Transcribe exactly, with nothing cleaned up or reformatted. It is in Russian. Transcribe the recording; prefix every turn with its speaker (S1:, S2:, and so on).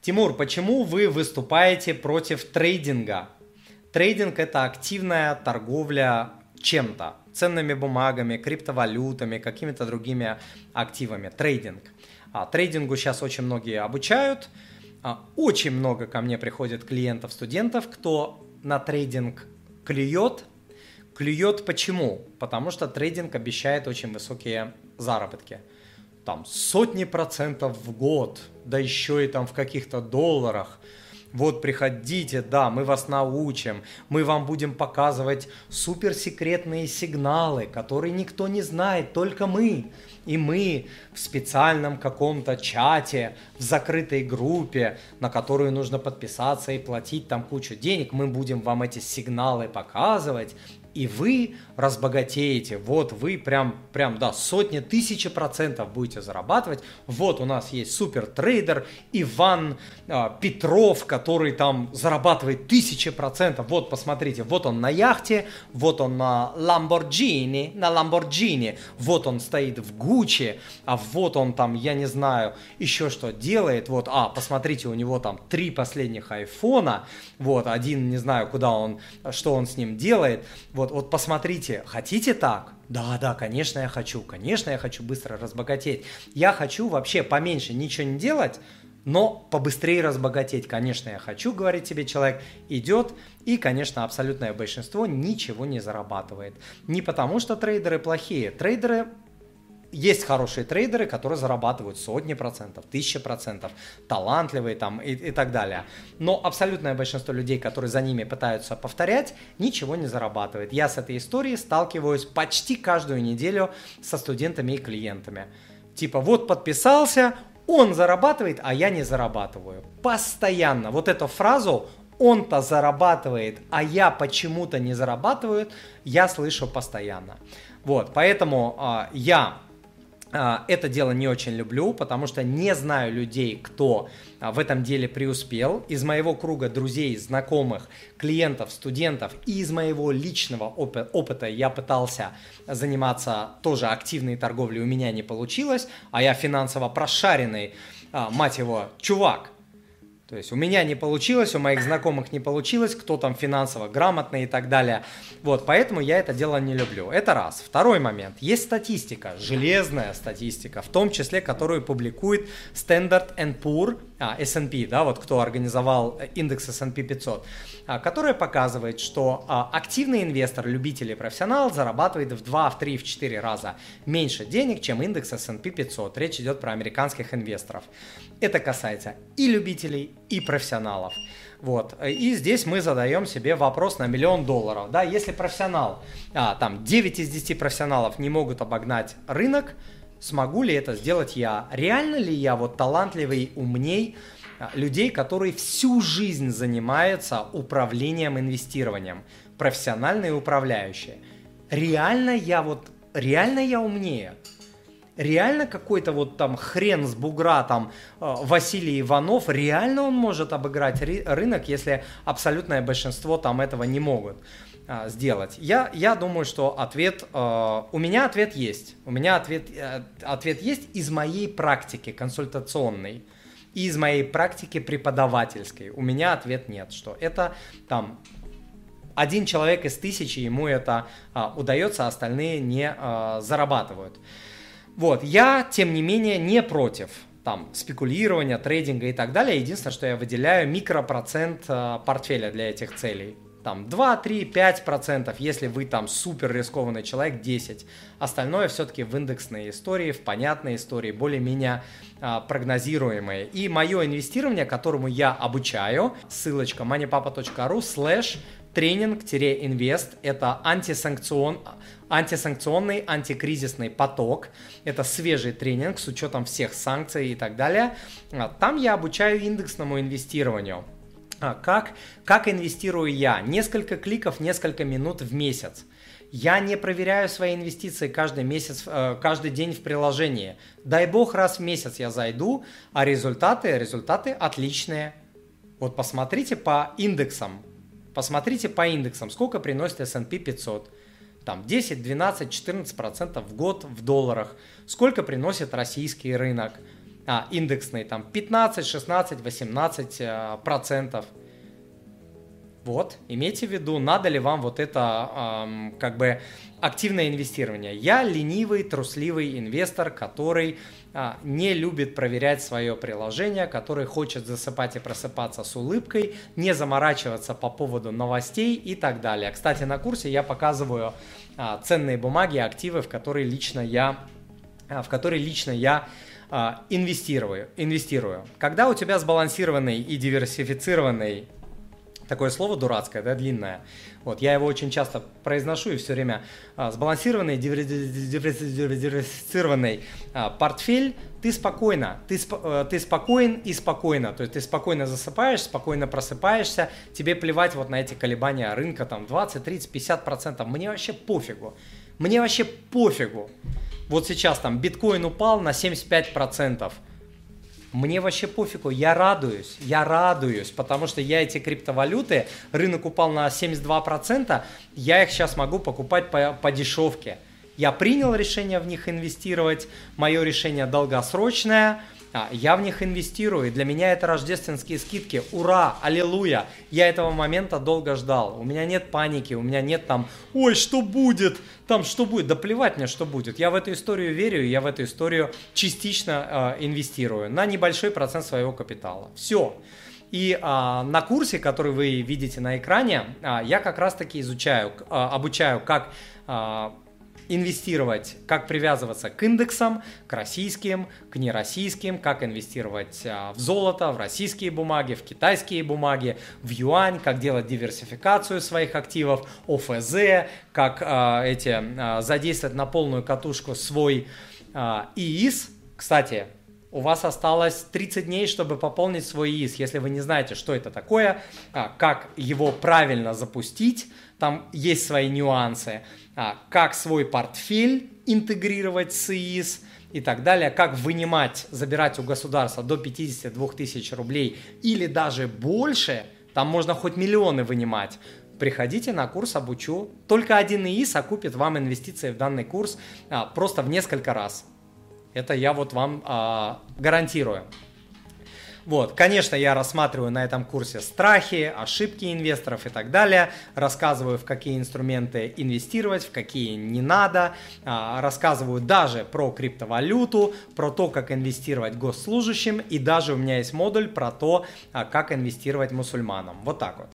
S1: Тимур, почему вы выступаете против трейдинга? Трейдинг – это активная торговля чем-то, ценными бумагами, криптовалютами, какими-то другими активами. Трейдинг. А, трейдингу сейчас очень многие обучают. А, очень много ко мне приходит клиентов, студентов, кто на трейдинг клюет. Клюет почему? Потому что трейдинг обещает очень высокие заработки. Там сотни процентов в год, да еще и там в каких-то долларах. Вот приходите, да, мы вас научим, мы вам будем показывать суперсекретные сигналы, которые никто не знает, только мы. И мы в специальном каком-то чате, в закрытой группе, на которую нужно подписаться и платить там кучу денег, мы будем вам эти сигналы показывать. И вы разбогатеете, вот вы прям, прям, да, сотни, тысячи процентов будете зарабатывать. Вот у нас есть супертрейдер Иван э, Петров, который там зарабатывает тысячи процентов. Вот, посмотрите, вот он на яхте, вот он на Lamborghini, на Lamborghini, вот он стоит в Гуччи, а вот он там, я не знаю, еще что делает. Вот, а, посмотрите, у него там три последних айфона, вот, один, не знаю, куда он, что он с ним делает. Вот, вот посмотрите, хотите так? Да, да, конечно, я хочу, конечно, я хочу быстро разбогатеть. Я хочу вообще поменьше ничего не делать, но побыстрее разбогатеть. Конечно, я хочу, говорит тебе человек, идет, и, конечно, абсолютное большинство ничего не зарабатывает. Не потому, что трейдеры плохие. Трейдеры... Есть хорошие трейдеры, которые зарабатывают сотни процентов, тысячи процентов, талантливые там и, и так далее. Но абсолютное большинство людей, которые за ними пытаются повторять, ничего не зарабатывает. Я с этой историей сталкиваюсь почти каждую неделю со студентами и клиентами. Типа вот подписался, он зарабатывает, а я не зарабатываю. Постоянно. Вот эту фразу «он-то зарабатывает, а я почему-то не зарабатываю», я слышу постоянно. Вот, поэтому э, я... это дело не очень люблю, потому что не знаю людей, кто в этом деле преуспел. Из моего круга друзей, знакомых, клиентов, студентов и из моего личного опыта я пытался заниматься тоже активной торговлей, у меня не получилось, а я финансово прошаренный, мать его, чувак. То есть у меня не получилось, у моих знакомых не получилось, кто там финансово грамотный и так далее. Вот, поэтому я это дело не люблю. Это раз. Второй момент. Есть статистика, железная статистика, в том числе, которую публикует Standard энд Poor, а, эс энд пи, да, вот кто организовал индекс эс энд пи пятьсот, а, которая показывает, что а, активный инвестор, любитель и профессионал зарабатывает в два, в три, в четыре раза меньше денег, чем индекс эс энд пи пятьсот. Речь идет про американских инвесторов. Это касается и любителей, и профессионалов. Вот. И здесь мы задаем себе вопрос на миллион долларов. Да, если профессионал, а, там девять из десяти профессионалов не могут обогнать рынок, смогу ли это сделать я? Реально ли я вот талантливый, умней людей, которые всю жизнь занимаются управлением, инвестированием, профессиональные управляющие? Реально я вот, реально я умнее? Реально какой-то вот там хрен с бугра, там Василий Иванов, реально он может обыграть рынок, если абсолютное большинство там этого не могут а, сделать? Я, я думаю, что ответ, э, у меня ответ есть. У меня ответ, э, ответ есть из моей практики консультационной и из моей практики преподавательской. У меня ответ нет, что это там... Один человек из тысячи, ему это а, удается, а остальные не а, зарабатывают. Вот, я, тем не менее, не против там спекулирования, трейдинга и так далее. Единственное, что я выделяю микропроцент э, портфеля для этих целей. Там два, три, пять процентов, если вы там супер рискованный человек, десять. Остальное все-таки в индексные истории, в понятные истории, более-менее э, прогнозируемые. И мое инвестирование, которому я обучаю, ссылочка moneypapa.ru слэш тренинг-инвест, это антисанкцион, антисанкционный, антикризисный поток. Это свежий тренинг с учетом всех санкций и так далее. Там я обучаю индексному инвестированию. Как, как инвестирую я? Несколько кликов, несколько минут в месяц. Я не проверяю свои инвестиции каждый месяц, каждый день в приложении. Дай бог, раз в месяц я зайду, а результаты, результаты отличные. Вот посмотрите по индексам. Посмотрите по индексам, сколько приносит эс энд пи пятьсот. Там десять, двенадцать, четырнадцать процентов в год в долларах. Сколько приносит российский рынок. а, индексный там пятнадцать, шестнадцать, восемнадцать а, процентов. Вот, имейте в виду, надо ли вам вот это эм, как бы активное инвестирование. Я ленивый, трусливый инвестор, который э, не любит проверять свое приложение, который хочет засыпать и просыпаться с улыбкой, не заморачиваться по поводу новостей и так далее. Кстати, на курсе я показываю э, ценные бумаги, активы, в которые лично я, э, в которые лично я э, инвестирую, инвестирую. Когда у тебя сбалансированный и диверсифицированный, такое слово дурацкое, да, длинное. Вот, я его очень часто произношу и все время а, сбалансированный, диверсифицированный а, портфель, ты спокойно, ты, сп, ты спокоен и спокойно, то есть ты спокойно засыпаешь, спокойно просыпаешься, тебе плевать вот на эти колебания рынка, там двадцать, тридцать, пятьдесят процентов, мне вообще пофигу, мне вообще пофигу. Вот сейчас там биткоин упал на семьдесят пять процентов. Мне вообще пофигу, я радуюсь, я радуюсь, потому что я эти криптовалюты, рынок упал на семьдесят два процента, я их сейчас могу покупать по, по дешевке. Я принял решение в них инвестировать, мое решение долгосрочное, я в них инвестирую, и для меня это рождественские скидки, ура, аллилуйя, я этого момента долго ждал, у меня нет паники, у меня нет там, ой, что будет, там что будет, да плевать мне, что будет, я в эту историю верю, я в эту историю частично э, инвестирую на небольшой процент своего капитала, все. И а, на курсе, который вы видите на экране, а, я как раз таки изучаю, а, обучаю, как а, инвестировать, как привязываться к индексам, к российским, к нероссийским, как инвестировать а, в золото, в российские бумаги, в китайские бумаги, в юань, как делать диверсификацию своих активов, о эф зэ, как а, эти, а, задействовать на полную катушку свой а, и и эс. Кстати, у вас осталось тридцать дней, чтобы пополнить свой и и эс. Если вы не знаете, что это такое, а, как его правильно запустить, там есть свои нюансы, а, как свой портфель интегрировать с и и эс и так далее, как вынимать, забирать у государства до пятьдесят две тысячи рублей или даже больше, там можно хоть миллионы вынимать. Приходите на курс, обучу. Только один и и эс окупит вам инвестиции в данный курс а, просто в несколько раз. Это я вот вам а, гарантирую. Вот, конечно, я рассматриваю на этом курсе страхи, ошибки инвесторов и так далее. Рассказываю, в какие инструменты инвестировать, в какие не надо. А, рассказываю даже про криптовалюту, про то, как инвестировать госслужащим. И даже у меня есть модуль про то, а, как инвестировать мусульманам. Вот так вот.